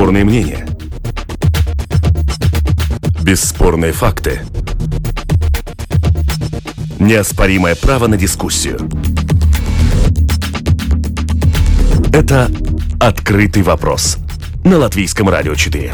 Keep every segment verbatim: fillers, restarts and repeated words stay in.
Бесспорные мнения. Бесспорные факты. Неоспоримое право на дискуссию. Это «Открытый вопрос» на Латвийском радио четыре.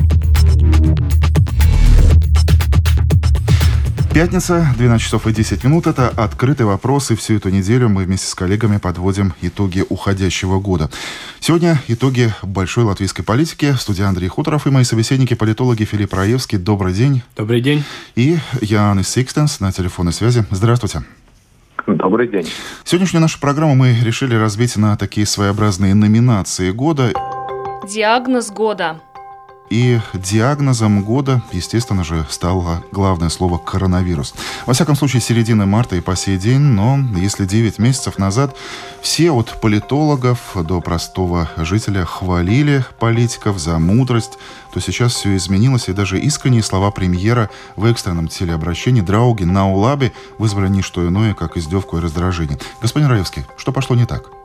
Пятница, двенадцать часов и десять минут. Это «Открытый вопрос», и всю эту неделю мы вместе с коллегами подводим итоги уходящего года. Сегодня итоги большой латвийской политики. В студии Андрей Хуторов и мои собеседники, политологи Филипп Раевский. Добрый день. Добрый день. И Янис Сикстенс на телефонной связи. Здравствуйте. Добрый день. Сегодняшнюю нашу программу мы решили разбить на такие своеобразные номинации года. Диагноз года. И диагнозом года, естественно же, стало главное слово «коронавирус». Во всяком случае, с середины марта и по сей день, но если девять месяцев назад все от политологов до простого жителя хвалили политиков за мудрость, то сейчас все изменилось, и даже искренние слова премьера в экстренном телеобращении «Драуги наулаби» вызвали не что иное, как издевку и раздражение. Господин Раевский, что пошло не так?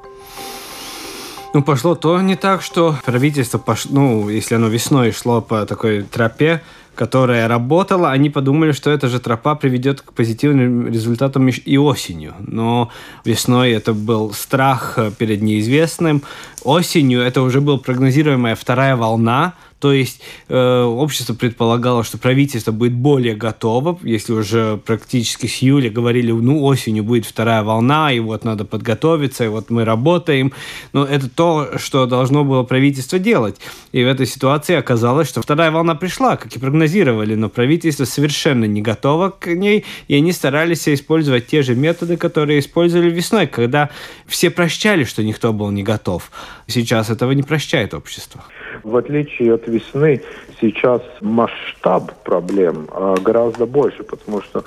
Ну, пошло то не так, что правительство, пош... ну, если оно весной шло по такой тропе, которая работала, они подумали, что эта же тропа приведет к позитивным результатам и осенью. Но весной это был страх перед неизвестным. Осенью это уже была прогнозируемая вторая волна. То есть э, общество предполагало, что правительство будет более готово, если уже практически с июля говорили, ну, осенью будет вторая волна, и вот надо подготовиться, и вот мы работаем. Но это то, что должно было правительство делать. И в этой ситуации оказалось, что вторая волна пришла, как и прогнозировали, но правительство совершенно не готово к ней, и они старались использовать те же методы, которые использовали весной, когда все прощали, что никто был не готов. Сейчас этого не прощает общество. В отличие от весны, сейчас масштаб проблем а, гораздо больше, потому что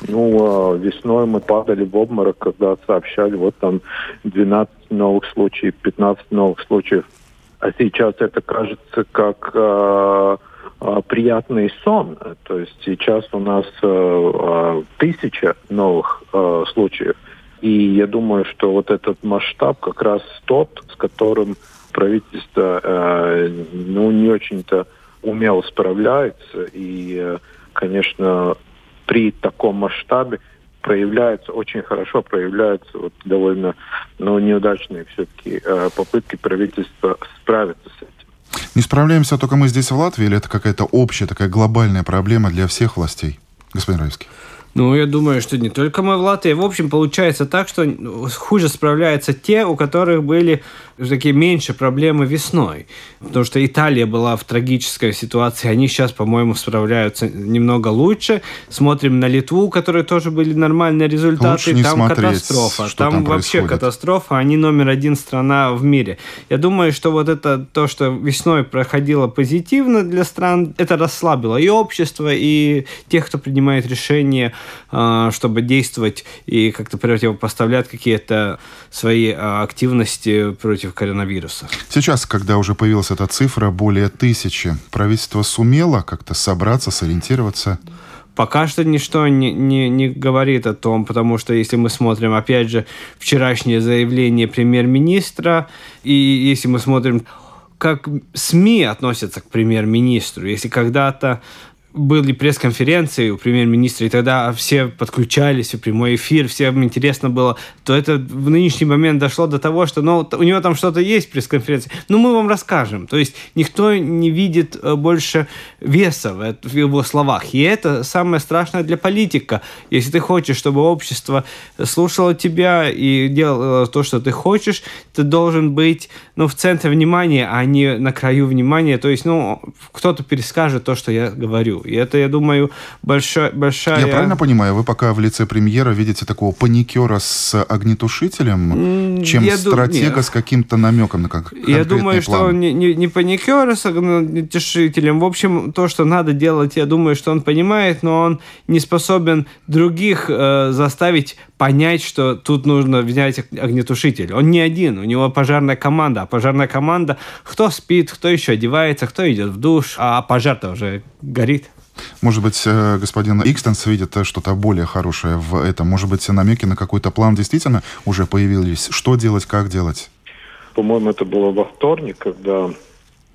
ну, а, весной мы падали в обморок, когда сообщали, вот там двенадцать новых случаев, пятнадцать новых случаев. А сейчас это кажется как а, а, приятный сон. То есть сейчас у нас а, а, тысяча новых а, случаев. И я думаю, что вот этот масштаб как раз тот, с которым правительство э, ну, не очень-то умело справляется. И, э, конечно, при таком масштабе проявляются, очень хорошо проявляются вот довольно ну, неудачные все-таки э, попытки правительства справиться с этим. Не справляемся только мы здесь, в Латвии, или это какая-то общая, такая глобальная проблема для всех властей? Господин Раевский. Ну, я думаю, что не только мы в Латвии. В общем, получается так, что хуже справляются те, у которых были такие меньше проблемы весной. Потому что Италия была в трагической ситуации. Они сейчас, по-моему, справляются немного лучше. Смотрим на Литву, у которой тоже были нормальные результаты. Лучше не там смотреть, катастрофа. Что там, там вообще происходит. Катастрофа. Они номер один страна в мире. Я думаю, что вот это то, что весной проходило позитивно для стран, это расслабило и общество, и тех, кто принимает решения, чтобы действовать и как-то противопоставлять какие-то свои активности против коронавируса. Сейчас, когда уже появилась эта цифра, более тысячи, правительство сумело как-то собраться, сориентироваться? Пока что ничто не, не, не говорит о том, потому что если мы смотрим, опять же, вчерашнее заявление премьер-министра, и если мы смотрим, как СМИ относятся к премьер-министру, если когда-то были пресс-конференции у премьер-министра, и тогда все подключались в прямой эфир, всем интересно было, то это в нынешний момент дошло до того, что ну, у него там что-то есть, пресс-конференция, ну мы вам расскажем. То есть никто не видит больше веса в его словах. И это самое страшное для политика. Если ты хочешь, чтобы общество слушало тебя и делало то, что ты хочешь, ты должен быть ну, в центре внимания, а не на краю внимания. То есть ну, кто-то перескажет то, что я говорю. И это, я думаю, большая... большая... Я правильно понимаю, вы пока в лице премьера видите такого паникера с огнетушителем, чем я стратега ду... с каким-то намеком на как конкретный Я думаю, план? что он не, не, не паникер с огнетушителем. В общем, то, что надо делать, я думаю, что он понимает, но он не способен других э, заставить понять, что тут нужно взять огнетушитель. Он не один, у него пожарная команда. А пожарная команда, кто спит, кто еще одевается, кто идет в душ, а пожар-то уже горит. Может быть, господин Икстенс видит что-то более хорошее в этом? Может быть, намеки на какой-то план действительно уже появились? Что делать, как делать? По-моему, это было во вторник, когда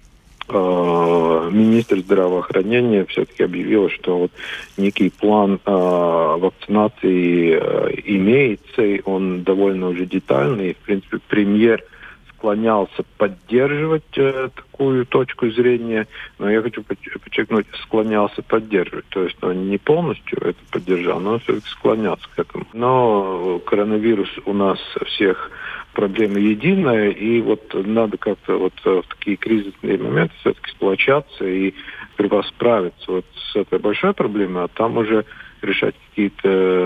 э, министр здравоохранения все-таки объявил, что вот некий план э, вакцинации э, имеется, и он довольно уже детальный. И, в принципе, премьер склонялся поддерживать э, такую точку зрения, но я хочу подчеркнуть, склонялся поддерживать. То есть он не полностью это поддержал, но он все-таки склонялся к этому. Но коронавирус у нас всех проблема единая, и вот надо как-то вот в такие кризисные моменты все-таки сплочаться и сперва справиться вот с этой большой проблемой, а там уже решать какие-то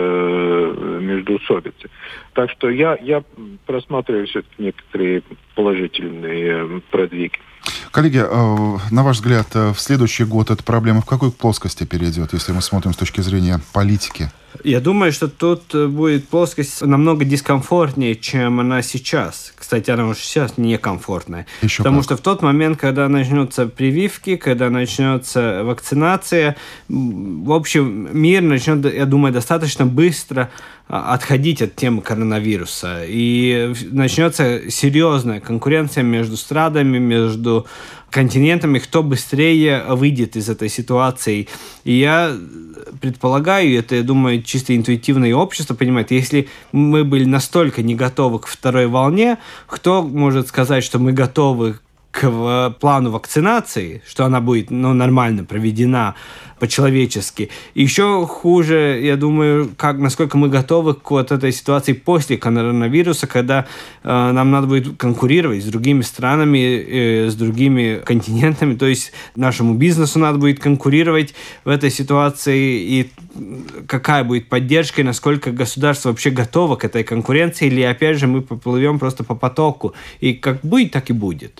междоусобицы. Так что я, я просматриваю все-таки некоторые положительные продвиги. Коллеги, на ваш взгляд, в следующий год эта проблема в какой плоскости перейдет, если мы смотрим с точки зрения политики? Я думаю, что тут будет плоскость намного дискомфортнее, чем она сейчас. Кстати, она уже сейчас некомфортная. Еще Потому как. что в тот момент, когда начнутся прививки, когда начнется вакцинация, в общем, мир начнет, я думаю, достаточно быстро отходить от темы коронавируса. И начнется серьезная конкуренция между странами, между континентами, кто быстрее выйдет из этой ситуации. И я предполагаю, это, я думаю, чисто интуитивное общество понимает, если мы были настолько не готовы к второй волне, кто может сказать, что мы готовы к плану вакцинации, что она будет ну, нормально проведена по-человечески. Еще хуже, я думаю, как, насколько мы готовы к вот этой ситуации после коронавируса, когда э, нам надо будет конкурировать с другими странами, э, с другими континентами, то есть нашему бизнесу надо будет конкурировать в этой ситуации, и какая будет поддержка, и насколько государство вообще готово к этой конкуренции, или опять же мы поплывем просто по потоку. И как будет, так и будет.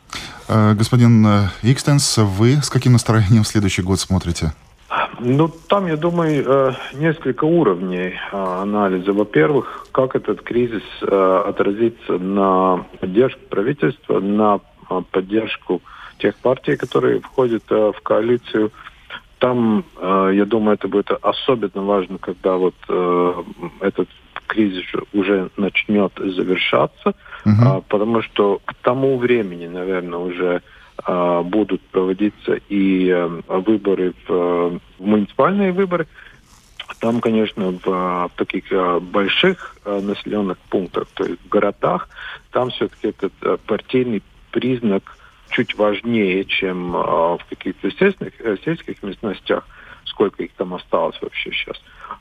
Господин Икстенс, вы с каким настроением в следующий год смотрите? Ну, там, я думаю, несколько уровней анализа. Во-первых, как этот кризис отразится на поддержку правительства, на поддержку тех партий, которые входят в коалицию. Там, я думаю, это будет особенно важно, когда вот этот кризис уже начнет завершаться, uh-huh. а, потому что к тому времени, наверное, уже а, будут проводиться и а, выборы, в, а, в муниципальные выборы. Там, конечно, в, в таких а, больших а, населенных пунктах, то есть в городах, там все-таки этот а, партийный признак чуть важнее, чем а, в каких-то сельских, сельских местностях, сколько их там осталось вообще сейчас.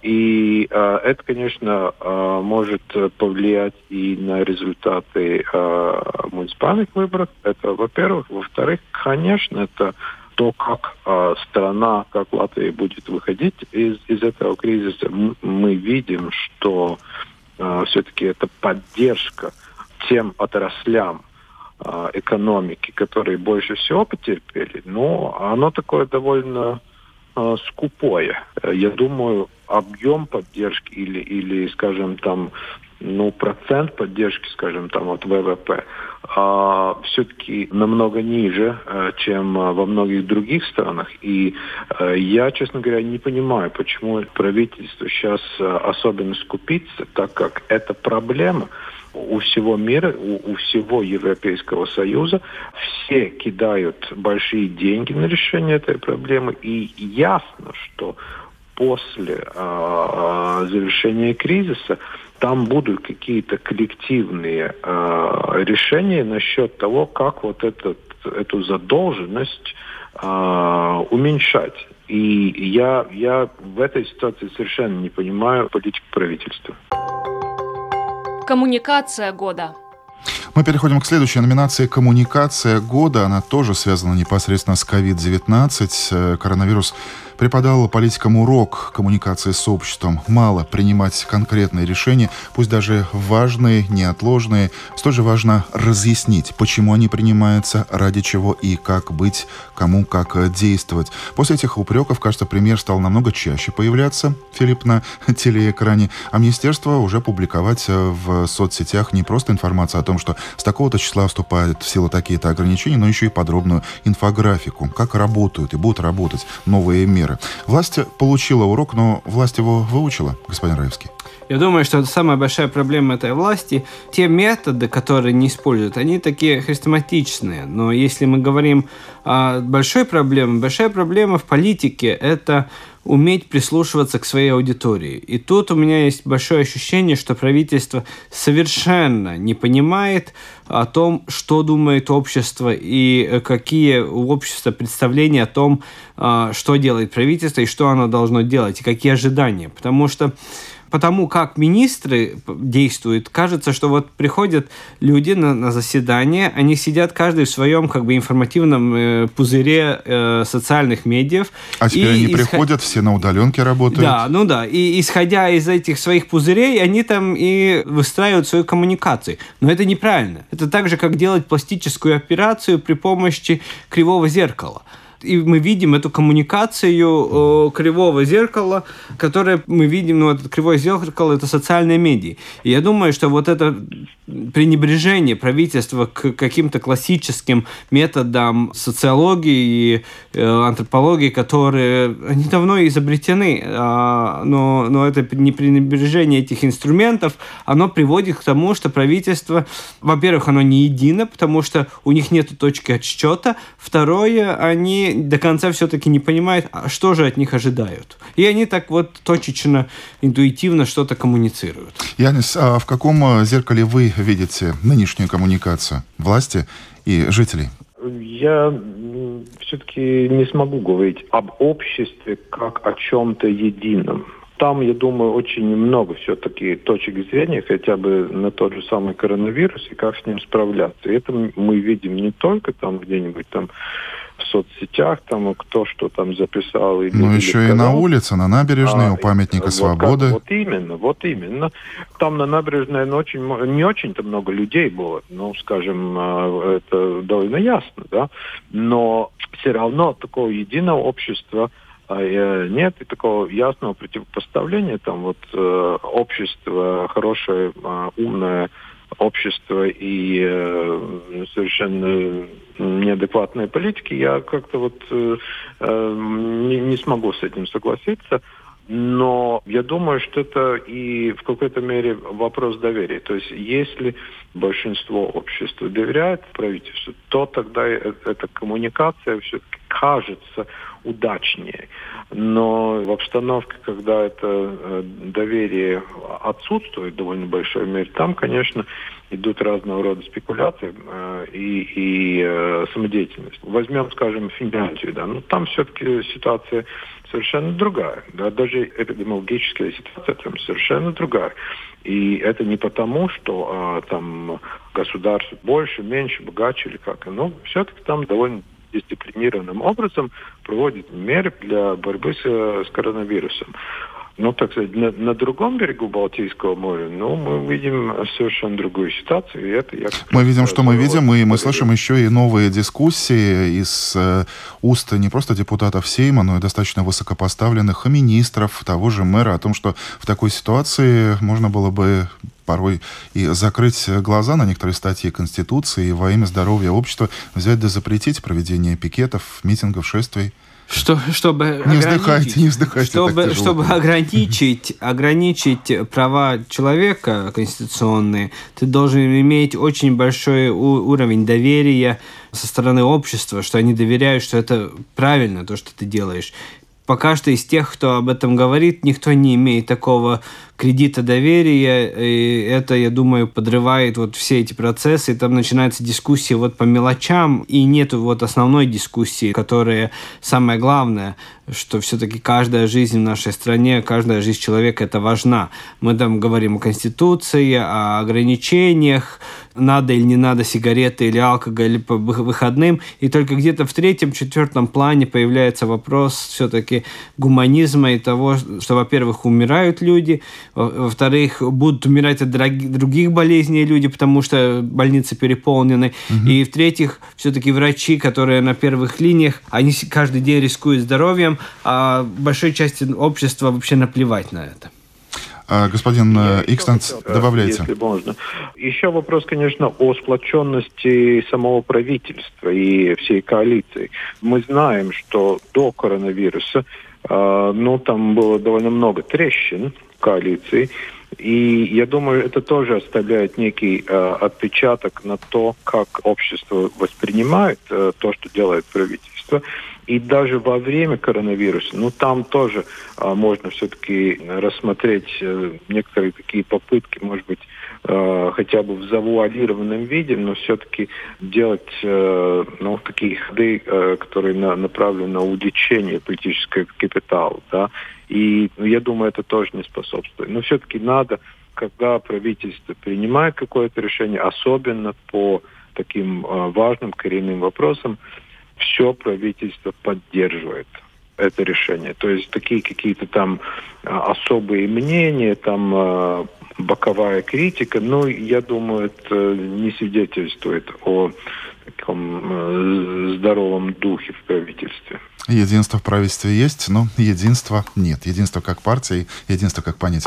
И э, это, конечно, э, может повлиять и на результаты э, муниципальных выборов. Это, во-первых. Во-вторых, конечно, это то, как э, страна, как Латвия будет выходить из, из этого кризиса. Мы видим, что э, все-таки это поддержка тем отраслям э, экономики, которые больше всего потерпели, но оно такое довольно э, скупое. Я думаю, объем поддержки или, или, скажем, там, ну, процент поддержки, скажем, там, от ВВП, а, все-таки намного ниже, а, чем а, во многих других странах. И а, я, честно говоря, не понимаю, почему правительство сейчас а, особенно скупится, так как это проблема у всего мира, у, у всего Европейского Союза. Все кидают большие деньги на решение этой проблемы, и ясно, что после э, завершения кризиса там будут какие-то коллективные э, решения насчет того, как вот этот, эту задолженность э, уменьшать. И я, я в этой ситуации совершенно не понимаю политику правительства. Коммуникация года. Мы переходим к следующей номинации «Коммуникация года». Она тоже связана непосредственно с ковид девятнадцать. Коронавирус преподал политикам урок коммуникации с обществом. Мало принимать конкретные решения, пусть даже важные, неотложные. Столь же важно разъяснить, почему они принимаются, ради чего и как быть, кому как действовать. После этих упреков, кажется, премьер стал намного чаще появляться, Филипп, на телеэкране, а министерство уже публиковать в соцсетях не просто информацию о том, что с такого-то числа вступают в силу такие-то ограничения, но еще и подробную инфографику, как работают и будут работать новые меры. Власть получила урок, но власть его выучила, господин Раевский? Я думаю, что самая большая проблема этой власти, те методы, которые они используют, они такие хрестоматичные. Но если мы говорим о большой проблеме, большая проблема в политике – это уметь прислушиваться к своей аудитории. И тут у меня есть большое ощущение, что правительство совершенно не понимает о том, что думает общество и какие у общества представления о том, что делает правительство и что оно должно делать, и какие ожидания. Потому что Потому как министры действуют, кажется, что вот приходят люди на, на заседание, они сидят каждый в своем как бы информативном э, пузыре э, социальных медиа. А теперь и, они исход... приходят, все на удаленке работают. Да, ну да. И исходя из этих своих пузырей, они там и выстраивают свою коммуникацию. Но это неправильно. Это так же, как делать пластическую операцию при помощи кривого зеркала. И мы видим эту коммуникацию э, кривого зеркала, которое мы видим, ну, это кривое зеркало – это социальные медиа. И я думаю, что вот это пренебрежение правительства к каким-то классическим методам социологии и э, антропологии, которые, они давно изобретены, э, но, но это не пренебрежение этих инструментов, оно приводит к тому, что правительство, во-первых, оно не едино, потому что у них нет точки отсчета, второе, они до конца все-таки не понимают, а что же от них ожидают. И они так вот точечно, интуитивно что-то коммуницируют. Янис, а в каком зеркале вы видите нынешнюю коммуникацию власти и жителей? Я все-таки не смогу говорить об обществе как о чем-то едином. Там, я думаю, очень много все-таки точек зрения, хотя бы на тот же самый коронавирус и как с ним справляться. И это мы видим не только там где-нибудь там в соцсетях, там кто что там записал. Или, Но или еще сказал. И на улице, на набережной, а, у памятника вот Свободы. Как, вот именно, вот именно. Там на набережной очень, не очень-то много людей было, ну, скажем, это довольно ясно, да, но все равно такого единого общества нет, и такого ясного противопоставления, там вот э, общество, хорошее, э, умное общество и э, совершенно неадекватные политики, я как-то вот э, э, не, не смогу с этим согласиться. Но я думаю, что это и в какой-то мере вопрос доверия. То есть если большинство общества доверяет правительству, то тогда эта коммуникация все-таки кажется удачнее. Но в обстановке, когда это доверие отсутствует в довольно большой мере, там, конечно, идут разного рода спекуляции э, и, и э, самодеятельность. Возьмем, скажем, Финляндию, да, ну там все-таки ситуация совершенно другая, да, даже эпидемиологическая ситуация там совершенно другая. И это не потому, что э, там государство больше, меньше, богаче или как, но все-таки там довольно дисциплинированным образом проводит меры для борьбы с, с коронавирусом. Ну, так сказать, на, на другом берегу Балтийского моря, ну, мы видим совершенно другую ситуацию, и это я... Мы видим, что мы видим, и мы слышим еще и новые дискуссии из э, уст не просто депутатов Сейма, но и достаточно высокопоставленных и министров, того же мэра, о том, что в такой ситуации можно было бы порой и закрыть глаза на некоторые статьи Конституции и во имя здоровья общества взять да запретить проведение пикетов, митингов, шествий. Что, чтобы не вздыхайте, не вздыхайте. Чтобы, чтобы ограничить, ограничить права человека конституционные, ты должен иметь очень большой у- уровень доверия со стороны общества, что они доверяют, что это правильно, то, что ты делаешь. Пока что из тех, кто об этом говорит, никто не имеет такого кредита доверия, и это, я думаю, подрывает вот все эти процессы, и там начинается дискуссия вот по мелочам, и нету вот основной дискуссии, которая самое главное, что все-таки каждая жизнь в нашей стране, каждая жизнь человека – это важна. Мы там говорим о Конституции, о ограничениях, надо или не надо сигареты или алкоголь по выходным, и только где-то в третьем, четвертом плане появляется вопрос все-таки гуманизма и того, что, во-первых, умирают люди, во-вторых, будут умирать от других болезней люди, потому что больницы переполнены, угу. И в-третьих, все-таки врачи, которые на первых линиях, они каждый день рискуют здоровьем, а большой части общества вообще наплевать на это. А, господин Икстанц, добавляйте. Если можно. Еще вопрос, конечно, о сплоченности самого правительства и всей коалиции. Мы знаем, что до коронавируса, э, ну, там было довольно много трещин в коалиции, И я думаю, это тоже оставляет некий э, отпечаток на то, как общество воспринимает э, то, что делает правительство. И даже во время коронавируса, ну там тоже э, можно все-таки рассмотреть э, некоторые такие попытки, может быть, э, хотя бы в завуалированном виде, но все-таки делать э, ну, такие ходы, э, которые на, направлены на увеличение политического капитала, да. И ну, я думаю, это тоже не способствует. Но все-таки надо, когда правительство принимает какое-то решение, особенно по таким э, важным коренным вопросам, все правительство поддерживает это решение. То есть такие какие-то там э, особые мнения, там э, боковая критика, ну, я думаю, это не свидетельствует о таком э, здоровом духе в правительстве. Единство в правительстве есть, но единства нет. Единство как партии, единство как понятие.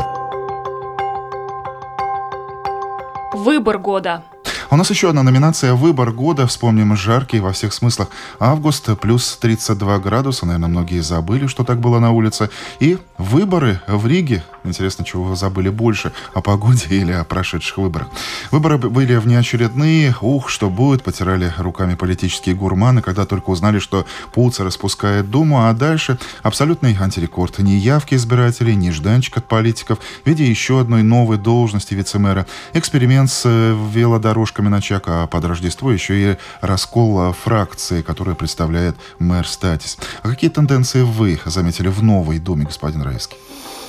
Выбор года. А у нас еще одна номинация «Выбор года». Вспомним жаркий во всех смыслах август, плюс тридцать два градуса. Наверное, многие забыли, что так было на улице. И выборы в Риге. Интересно, чего вы забыли больше, о погоде или о прошедших выборах. Выборы были внеочередные. Ух, что будет, потирали руками политические гурманы, когда только узнали, что Пуца распускает Думу. А дальше абсолютный антирекорд. Ни явки избирателей, ни жданчик от политиков в виде еще одной новой должности вице-мэра. Эксперимент с велодорожкой на чак, а под Рождество еще и раскол фракции, которую представляет мэр Статис. А какие тенденции вы заметили в новой Думе, господин Раевский?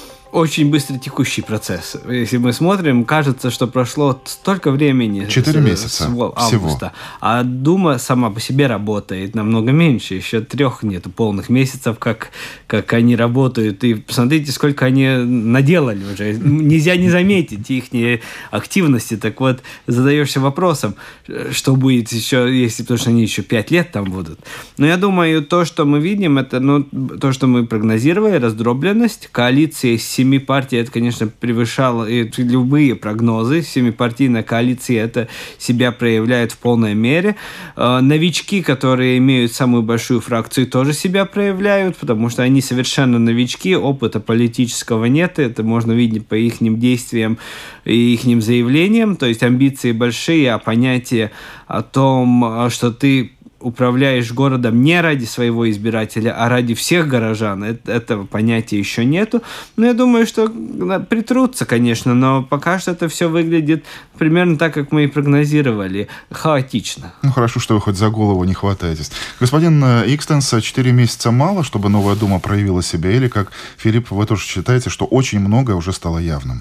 Очень быстро текущий процесс. Если мы смотрим, кажется, что прошло столько времени. Четыре с, месяца с августа, всего. А Дума сама по себе работает намного меньше. Еще трех нету полных месяцев, как, как они работают. И посмотрите, сколько они наделали уже. Нельзя не заметить их активности. Так вот, задаешься вопросом, что будет еще, если, потому что они еще пять лет там будут. Но я думаю, то, что мы видим, это ну, то, что мы прогнозировали, раздробленность, коалиция с семи партий, это, конечно, превышало любые прогнозы. Семипартийная коалиция это себя проявляет в полной мере. Новички, которые имеют самую большую фракцию, тоже себя проявляют, потому что они совершенно новички, опыта политического нет, это можно видеть по их действиям и их заявлениям, то есть амбиции большие, а понятие о том, что ты управляешь городом не ради своего избирателя, а ради всех горожан. Это, этого понятия еще нету. Но я думаю, что притрутся, конечно, но пока что это все выглядит примерно так, как мы и прогнозировали. Хаотично. Ну, хорошо, что вы хоть за голову не хватаетесь. Господин Икстенс, четыре месяца мало, чтобы новая Дума проявила себя? Или, как Филипп, вы тоже считаете, что очень многое уже стало явным?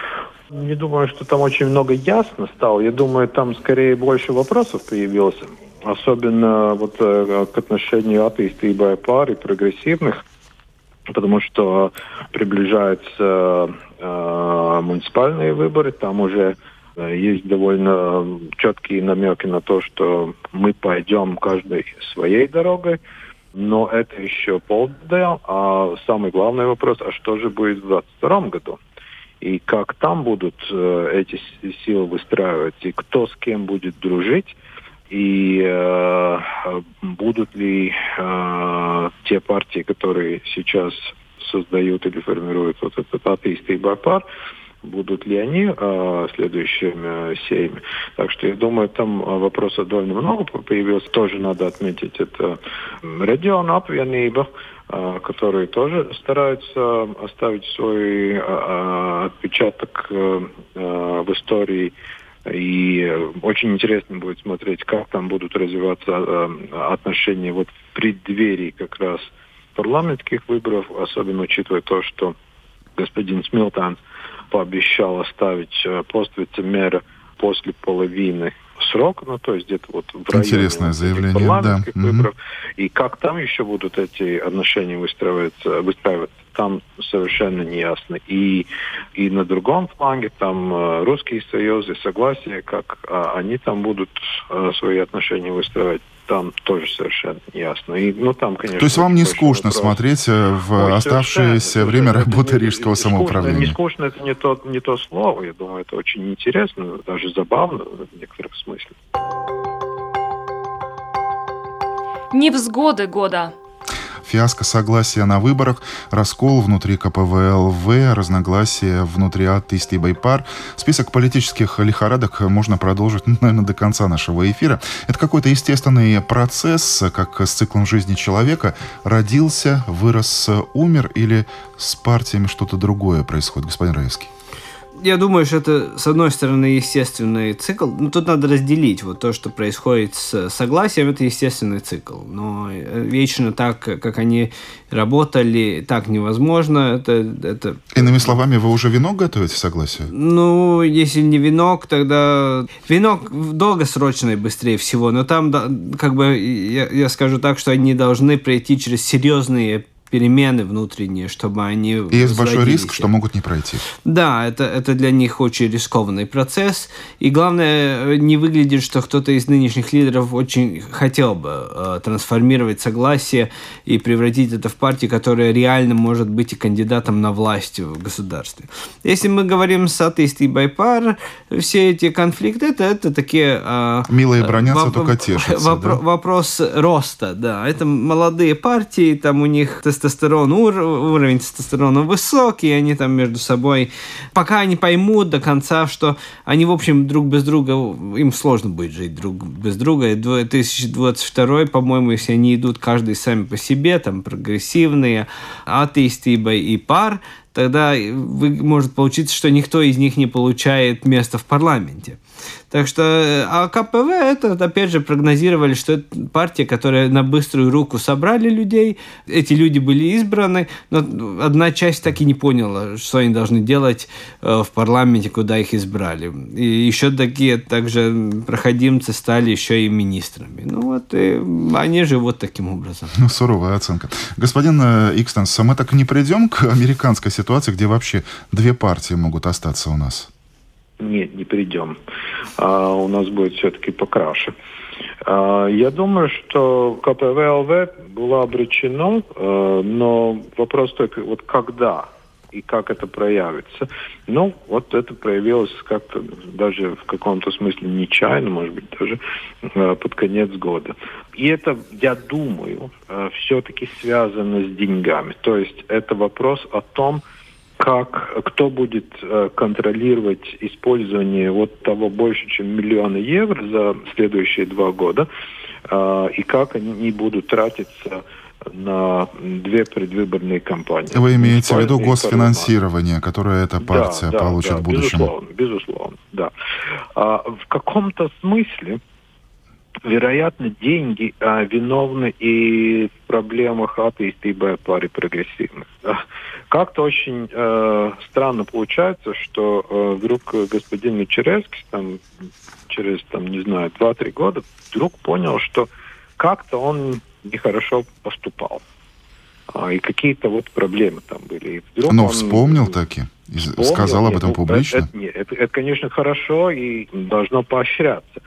Не думаю, что там очень много ясно стало. Я думаю, там скорее больше вопросов появилось. Особенно вот э, к отношению attīstībai пар и прогрессивных, потому что приближаются э, муниципальные выборы, там уже э, есть довольно четкие намеки на то, что мы пойдем каждой своей дорогой, но это еще полбеды, а самый главный вопрос, а что же будет в двадцать втором году? И как там будут э, эти силы выстраивать, и кто с кем будет дружить, и э, будут ли э, те партии, которые сейчас создают или формируют вот этот attīstībai пар, будут ли они э, следующими сейми. Так что я думаю, там вопросов довольно много появилось. Тоже надо отметить, это региона apvienība, э, которые тоже стараются оставить свой э, отпечаток э, в истории. И очень интересно будет смотреть, как там будут развиваться э, отношения вот в преддверии как раз парламентских выборов, особенно учитывая то, что господин Смилтанс пообещал оставить э, пост вице-мэра после половины срока, ну то есть где-то вот в районе интересное заявление, парламентских да. выборов. Mm-hmm. И как там еще будут эти отношения выстраиваться, выстраиваться там совершенно не ясно. И, и на другом фланге там э, русские союзы, согласие, как э, они там будут э, свои отношения выстраивать, там тоже совершенно не ясно. И, ну, там, конечно, то есть вам не скучно вопрос. смотреть в Ой, оставшееся время это работы не, Рижского скучно, самоуправления? Не скучно, это не то, не то слово. Я думаю, это очень интересно, даже забавно в некотором смысле. Невзгоды года. фиаско согласия на выборах, раскол внутри ка пэ вэ эл вэ, разногласия внутри атеистов и пар. Список политических лихорадок можно продолжить, наверное, до конца нашего эфира. Это какой-то естественный процесс, как с циклом жизни человека. Родился, вырос, умер, или с партиями что-то другое происходит, господин Раевский? Я думаю, что это, с одной стороны, естественный цикл. Ну, тут надо разделить. Вот то, что происходит с согласием, это естественный цикл. Но вечно так, как они работали, так невозможно. Это, это... Иными словами, вы уже венок готовите согласие? Ну, если не венок, тогда... Венок долгосрочный быстрее всего. Но там, как бы, я, я скажу так, что они должны пройти через серьезные перемены внутренние, чтобы они... И есть большой риск, что могут не пройти. Да, это, это для них очень рискованный процесс. И главное, не выглядит, что кто-то из нынешних лидеров очень хотел бы э, трансформировать согласие и превратить это в партию, которая реально может быть и кандидатом на власть в государстве. Если мы говорим с атеистой Байпар, все эти конфликты, это, это такие... Э, Милые бронятся, воп- только тешатся. Вопро- да? Вопрос роста, да. Это молодые партии, там у них тестостерон, ур- уровень тестостерона высокий, они там между собой, пока они поймут до конца, что они, в общем, друг без друга, им сложно будет жить друг без друга. две тысячи двадцать второй, по-моему, если они идут каждый сами по себе, там прогрессивные, атеисты и пар, тогда вы, может получиться, что никто из них не получает место в парламенте. Так что, а ка пэ вэ, это, опять же, прогнозировали, что это партия, которая на быструю руку собрали людей, эти люди были избраны, но одна часть так и не поняла, что они должны делать в парламенте, куда их избрали. И еще такие также проходимцы стали еще и министрами. Ну вот, и они живут таким образом. Ну, суровая оценка. Господин Икстенс, мы так и не придем к американской ситуации, где вообще две партии могут остаться у нас? Нет, не придем. А, у нас будет все-таки покраше. А, я думаю, что ка пэ вэ эл вэ было обречено, а, но вопрос только, вот когда и как это проявится. Ну, вот это проявилось как-то даже в каком-то смысле нечаянно, может быть, даже а, под конец года. И это, я думаю, а, все-таки связано с деньгами. То есть это вопрос о том, как, кто будет э, контролировать использование вот того больше, чем миллиона евро за следующие два года, э, и как они не будут тратиться на две предвыборные кампании. Вы имеете в виду госфинансирование, которое эта партия да, получит да, в будущем? Безусловно, безусловно, да. А, в каком-то смысле, вероятно, деньги а, виновны и в проблемах атеистов и пары прогрессивных. Да. Как-то очень э, странно получается, что э, вдруг господин Мечеревский там, через, там, не знаю, два-три года вдруг понял, что как-то он нехорошо поступал. А, и какие-то вот проблемы там были. И Но он, вспомнил таки и вспомнил, сказал об этом ну, публично? Это, это, это, это, конечно, хорошо и должно поощряться.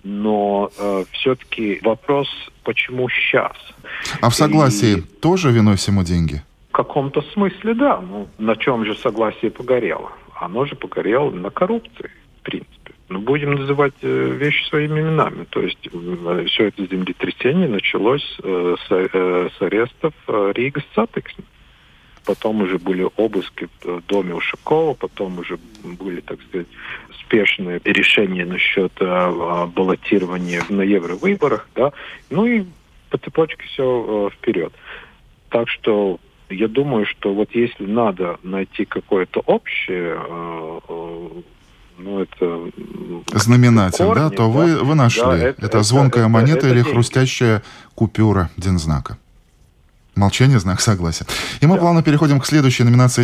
Но э, все-таки вопрос, почему сейчас? А в согласии и... тоже виной всему деньги? В каком-то смысле, да. Ну, на чем же согласие погорело? Оно же погорело на коррупции, в принципе. Но будем называть э, вещи своими именами. То есть э, все это землетрясение началось э, с, э, с арестов э, Рига Сатекс. Потом уже были обыски в доме Ушакова, потом уже были, так сказать, спешные решения насчет э, баллотирования на евровыборах, да. Ну и по цепочке все э, вперед. Так что я думаю, что вот если надо найти какое-то общее, э, э, ну это... знаменатель, корни, да, то да? Вы, вы нашли. Да, это, это звонкая это, монета это, это или деньги. Хрустящая купюра дензнака? Молчание, знак согласия. И мы да. плавно переходим к следующей номинации.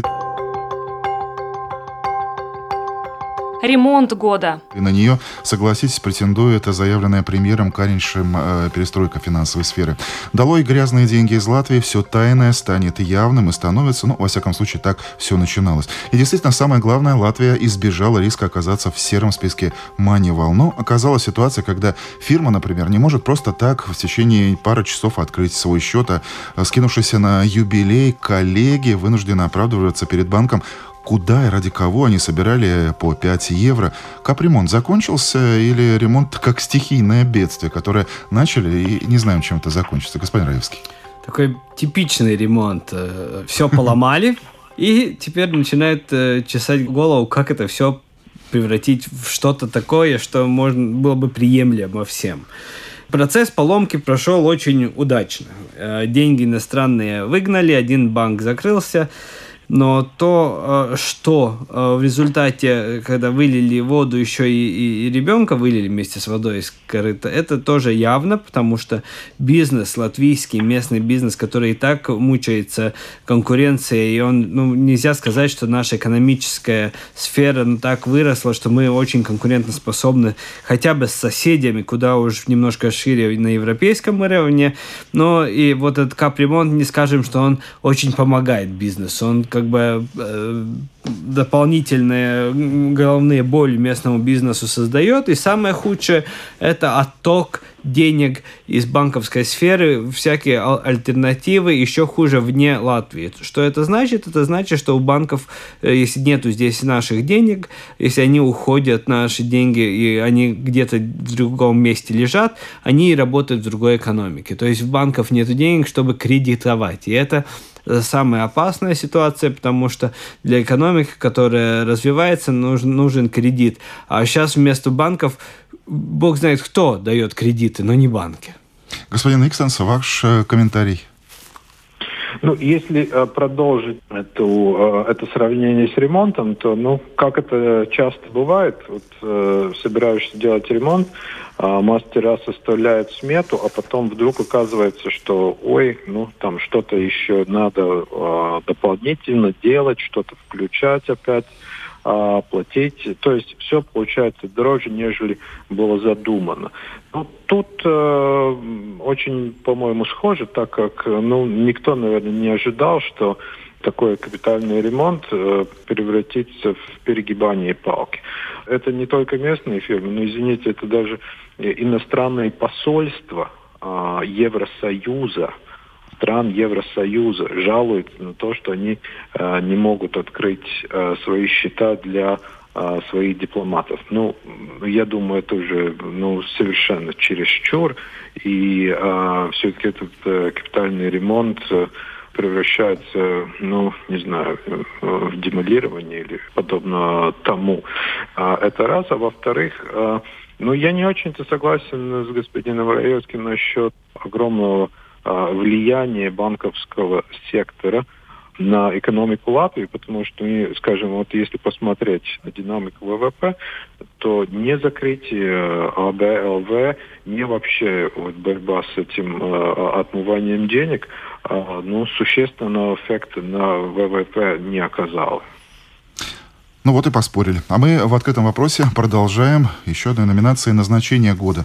Ремонт года. И на нее, согласитесь, претендует заявленная премьером Кариньшем э, перестройка финансовой сферы. Долой грязные деньги из Латвии, все тайное станет явным и становится, ну, во всяком случае, так все начиналось. И действительно, самое главное, Латвия избежала риска оказаться в сером списке Moneyval. Но оказалась ситуация, когда фирма, например, не может просто так в течение пары часов открыть свой счет, а скинувшиеся на юбилей коллеги вынуждены оправдываться перед банком, куда и ради кого они собирали по пять евро. Капремонт закончился или ремонт как стихийное бедствие, которое начали и не знаем, чем это закончится? Господин Раевский. такой типичный ремонт. Все поломали, и теперь начинают чесать голову, как это все превратить в что-то такое, что можно было бы приемлемо всем. Процесс поломки прошел очень удачно. Деньги иностранные выгнали, один банк закрылся. Но то, что в результате, когда вылили воду, еще и, и ребенка вылили вместе с водой из корыта, это тоже явно, потому что бизнес, латвийский местный бизнес, который и так мучается конкуренцией, и он, ну, нельзя сказать, что наша экономическая сфера ну, так выросла, что мы очень конкурентоспособны хотя бы с соседями, куда уж немножко шире на европейском уровне. Но и вот этот капремонт, не скажем, что он очень помогает бизнесу. Он как бы э, дополнительные головные боли местному бизнесу создает. И самое худшее – это отток денег из банковской сферы, всякие альтернативы, еще хуже вне Латвии. Что это значит? Это значит, что у банков, если нету здесь наших денег, если они уходят, наши деньги, и они где-то в другом месте лежат, они работают в другой экономике. То есть у банков нету денег, чтобы кредитовать. И это самая опасная ситуация, потому что для экономики, которая развивается, нужен, нужен кредит. А сейчас вместо банков бог знает кто дает кредиты, но не банки. Господин Икстенс, ваш комментарий. Ну, если э, продолжить эту, э, это сравнение с ремонтом, то, ну, как это часто бывает, вот, э, собираешься делать ремонт, э, мастера составляют смету, а потом вдруг оказывается, что, ой, ну, там что-то еще надо э, дополнительно делать, что-то включать опять, э, платить. То есть все получается дороже, нежели было задумано. Ну, тут э, очень, по-моему, схоже, так как ну, никто, наверное, не ожидал, что такой капитальный ремонт э, превратится в перегибание палки. Это не только местные фирмы, но, извините, это даже иностранные посольства э, Евросоюза, стран Евросоюза жалуются на то, что они э, не могут открыть э, свои счета для своих дипломатов. Ну, я думаю, это уже ну, совершенно чересчур, и э, все-таки этот э, капитальный ремонт э, превращается, ну, не знаю, в демолирование или подобно тому. Э, это раз. А во-вторых, э, ну, я не очень-то согласен с господином Раевским насчет огромного э, влияния банковского сектора на экономику Латвии, потому что, скажем, вот если посмотреть на динамику ВВП, то не закрытие АБЛВ, не вообще вот, борьба с этим э, отмыванием денег, э, ну, существенного эффекта на ВВП не оказало. Ну вот и поспорили. А мы в открытом вопросе продолжаем еще одной номинацией «Назначение года».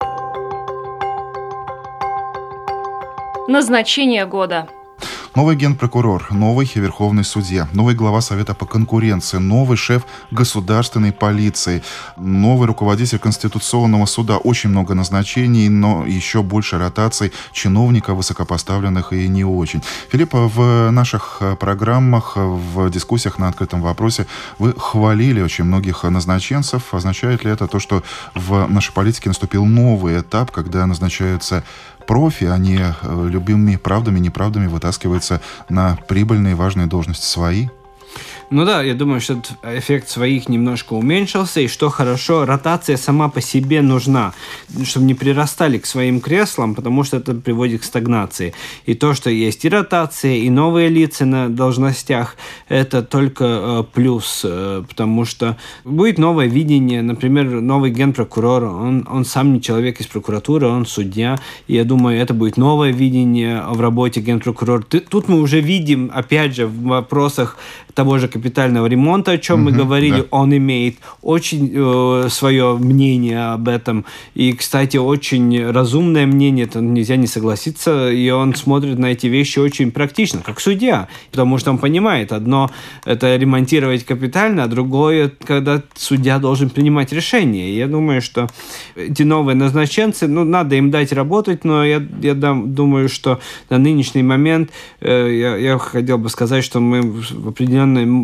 Назначение года. Новый генпрокурор, новый верховный судья, новый глава Совета по конкуренции, новый шеф государственной полиции, новый руководитель Конституционного суда. Очень много назначений, но еще больше ротаций чиновников высокопоставленных и не очень. Филипп, в наших программах, в дискуссиях на открытом вопросе вы хвалили очень многих назначенцев. Означает ли это то, что в нашей политике наступил новый этап, когда назначаются профи, они любыми правдами, неправдами вытаскиваются на прибыльные важные должности свои? Ну да, я думаю, что эффект своих немножко уменьшился, и что хорошо, ротация сама по себе нужна, чтобы не прирастали к своим креслам, потому что это приводит к стагнации. И то, что есть и ротация, и новые лица на должностях, это только э, плюс, э, потому что будет новое видение, например, новый генпрокурор, он, он сам не человек из прокуратуры, он судья, и я думаю, это будет новое видение в работе генпрокурора. Тут мы уже видим, опять же, в вопросах того же капитального ремонта, о чем uh-huh, мы говорили, да. Он имеет очень э, свое мнение об этом. И, кстати, очень разумное мнение, это нельзя не согласиться, и он смотрит на эти вещи очень практично, как судья. Потому что он понимает, одно это ремонтировать капитально, а другое, когда судья должен принимать решения. И я думаю, что эти новые назначенцы, ну, надо им дать работать, но я, я думаю, что на нынешний момент э, я, я хотел бы сказать, что мы в определенной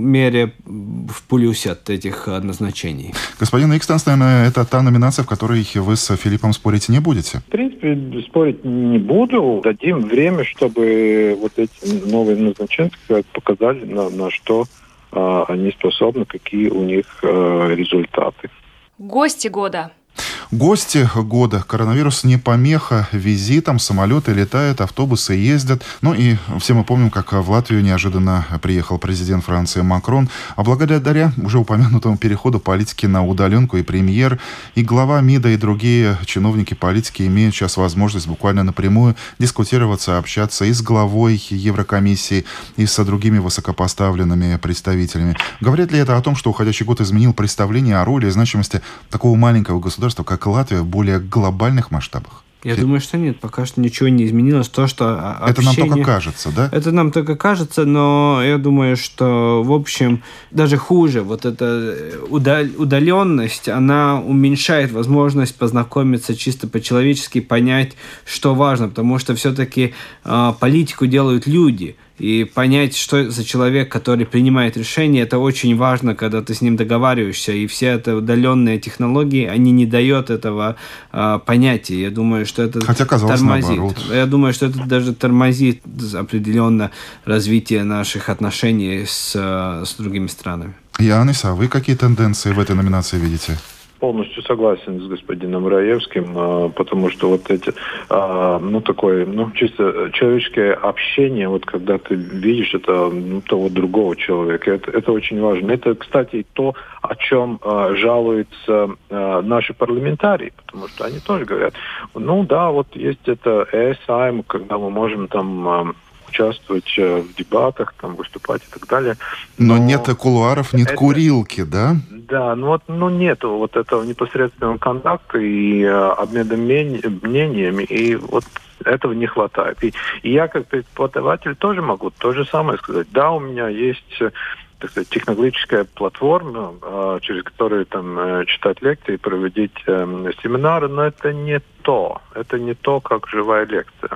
мере в плюсе от этих назначений. Господин Икстенс, наверное, это та номинация, в которой вы с Филиппом спорить не будете? В принципе, спорить не буду. Дадим время, чтобы вот эти новые назначенцы показали, на, на что а, они способны, какие у них а, результаты. Гости года. Гости года. Коронавирус не помеха визитам. Самолеты летают, автобусы ездят. Ну и все мы помним, как в Латвию неожиданно приехал президент Франции Макрон. А благодаря уже упомянутому переходу политики на удаленку и премьер, и глава МИДа, и другие чиновники политики имеют сейчас возможность буквально напрямую дискутироваться, общаться и с главой Еврокомиссии, и со другими высокопоставленными представителями. Говорит ли это о том, что уходящий год изменил представление о роли и значимости такого маленького государства, как Латвия, в более глобальных масштабах? Я Фи... думаю, что нет. Пока что ничего не изменилось. То, что общение... Это нам только кажется, да? Это нам только кажется, но я думаю, что, в общем, даже хуже. Вот эта удал... удаленность, она уменьшает возможность познакомиться чисто по-человечески, понять, что важно. Потому что все-таки э, политику делают люди. И понять, что за человек, который принимает решение, это очень важно, когда ты с ним договариваешься. И все это удаленные технологии, они не дают этого а, понятия. Я думаю, что это Хотя, казалось, тормозит. Наоборот. Я думаю, что это даже тормозит определенно развитие наших отношений с, с другими странами. Янис, а вы какие тенденции в этой номинации видите? Полностью согласен с господином Раевским, потому что вот эти, ну, такое, ну, чисто человеческое общение, вот когда ты видишь это, ну, того другого человека, это, это очень важно. Это, кстати, то, о чем жалуются наши парламентарии, потому что они тоже говорят, ну, да, вот есть это эс ай эм, когда мы можем там участвовать в дебатах, там, выступать и так далее. Но, Но нет кулуаров, нет это... курилки, да? Да, ну вот, ну нету вот этого непосредственного контакта и э, обмена мнениями, и вот этого не хватает. И, и я как преподаватель тоже могу то же самое сказать. Да, у меня есть, так сказать, технологическая платформа, э, через которую там э, читать лекции, проводить э, семинары, но это не то. Это не то, как живая лекция.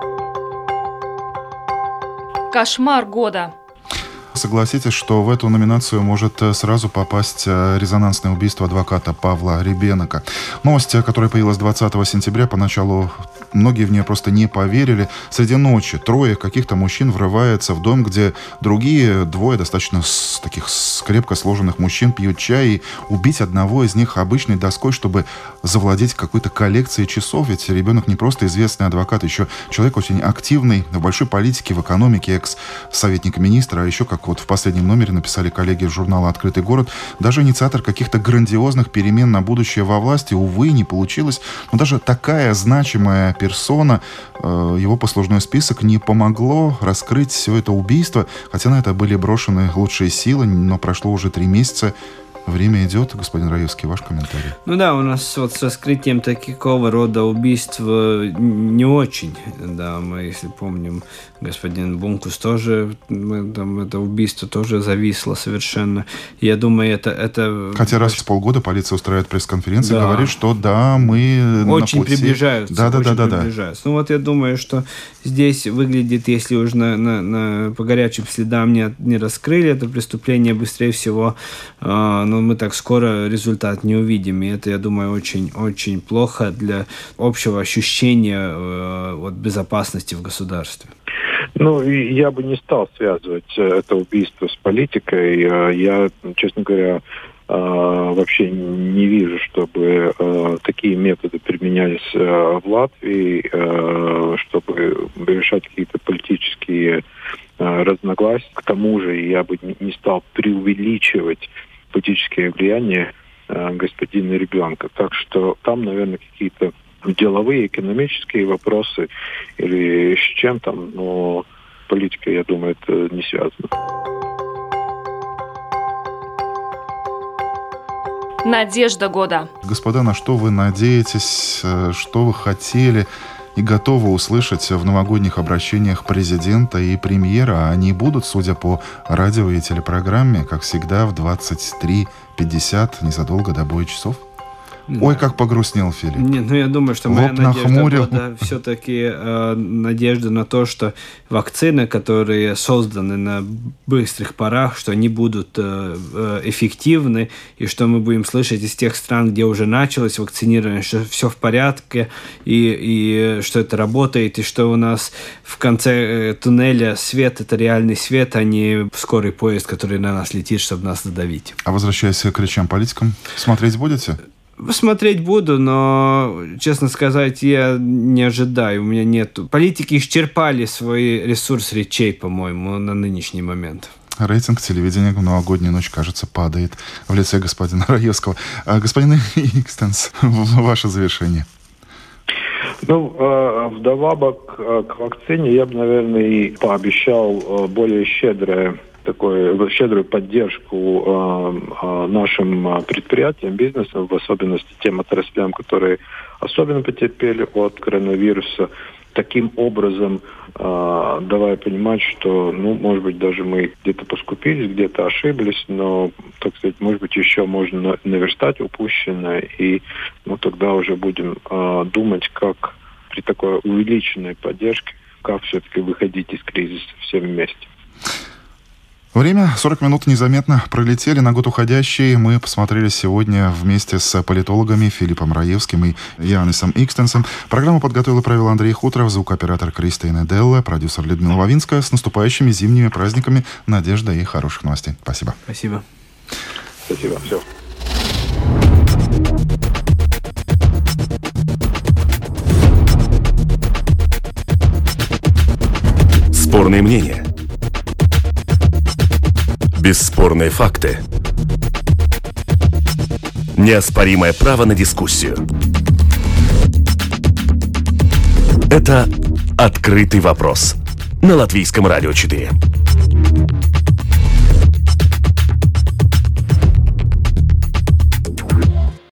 Кошмар года. Согласитесь, что в эту номинацию может сразу попасть резонансное убийство адвоката Павла Ребенека. Новость, которая появилась двадцатого сентября, поначалу многие в нее просто не поверили. Среди ночи трое каких-то мужчин врываются в дом, где другие двое достаточно с, таких с крепко сложенных мужчин пьют чай, и убить одного из них обычной доской, чтобы завладеть какой-то коллекцией часов. Ведь Ребенок не просто известный адвокат, еще человек очень активный в большой политике, в экономике, экс-советник министра, а еще, как вот в последнем номере написали коллеги журнала «Открытый город», даже инициатор каких-то грандиозных перемен на будущее во власти. Увы, не получилось. Но даже такая значимая персона, э, его послужной список не помогло раскрыть все это убийство, хотя на это были брошены лучшие силы, но прошло уже три месяца. Время идет. Господин Раевский, ваш комментарий. Ну да, у нас вот с раскрытием такого рода убийств не очень. Да, мы, если помним, господин Бункус тоже, мы, там, это убийство тоже зависло совершенно. Я думаю, это... это... Хотя раз в полгода полиция устраивает пресс-конференции, да. говорит, что да, мы очень на пути. приближаются. Да, да, очень да, да, приближаются. Да. Ну вот я думаю, что здесь выглядит, если уже на, на, на, по горячим следам не, не раскрыли это преступление, быстрее всего... Э, но мы так скоро результат не увидим. И это, я думаю, очень-очень плохо для общего ощущения э, вот, безопасности в государстве. Ну, я бы не стал связывать это убийство с политикой. Я, честно говоря, вообще не вижу, чтобы такие методы применялись в Латвии, чтобы решать какие-то политические разногласия. К тому же я бы не стал преувеличивать политическое влияние э, господина Ребенка. Так что там, наверное, какие-то деловые, экономические вопросы или с чем там, но политика, я думаю, это не связано. Надежда года. Господа, на что вы надеетесь, что вы хотели и готовы услышать в новогодних обращениях президента и премьера? Они будут, судя по радио и телепрограмме, как всегда, в двадцать три пятьдесят, незадолго до боя часов? Ой, как погрустнел Филипп. Не, ну я думаю, что моя Лоб надежда нахмурил. года все-таки э, надежда на то, что вакцины, которые созданы на быстрых порах, что они будут э, э, эффективны, и что мы будем слышать из тех стран, где уже началось вакцинирование, что все в порядке, и, и что это работает, и что у нас в конце э, туннеля свет — это реальный свет, а не скорый поезд, который на нас летит, чтобы нас задавить. А возвращаясь к речам политикам, смотреть будете? Смотреть буду, но, честно сказать, я не ожидаю. У меня нету. Политики исчерпали свой ресурс речей, по-моему, на нынешний момент. Рейтинг телевидения в новогоднюю ночь, кажется, падает в лице господина Раевского. А, господин Икстенс, ваше завершение. Ну, э, вдобавок э, к вакцине я бы, наверное, и пообещал э, более щедрое такую щедрую поддержку э, э, нашим предприятиям, бизнесам, в особенности тем отраслям, которые особенно потерпели от коронавируса. Таким образом, э, давая понимать, что, ну, может быть, даже мы где-то поскупились, где-то ошиблись, но, так сказать, может быть, еще можно наверстать упущенное, и, ну, тогда уже будем э, думать, как при такой увеличенной поддержке, как все-таки выходить из кризиса все вместе. Время сорок минут незаметно пролетели. На год уходящий мы посмотрели сегодня вместе с политологами Филиппом Раевским и Янисом Икстенсом. Программу подготовил и провел Андрей Хуторов, звукооператор Кристина Делла, продюсер Людмила Вавинская. С наступающими зимними праздниками, надежды и хороших новостей. Спасибо. Спасибо. Спасибо. Все. Спорные мнения. Бесспорные факты. Неоспоримое право на дискуссию. Это «Открытый вопрос» на Латвийском радио четыре.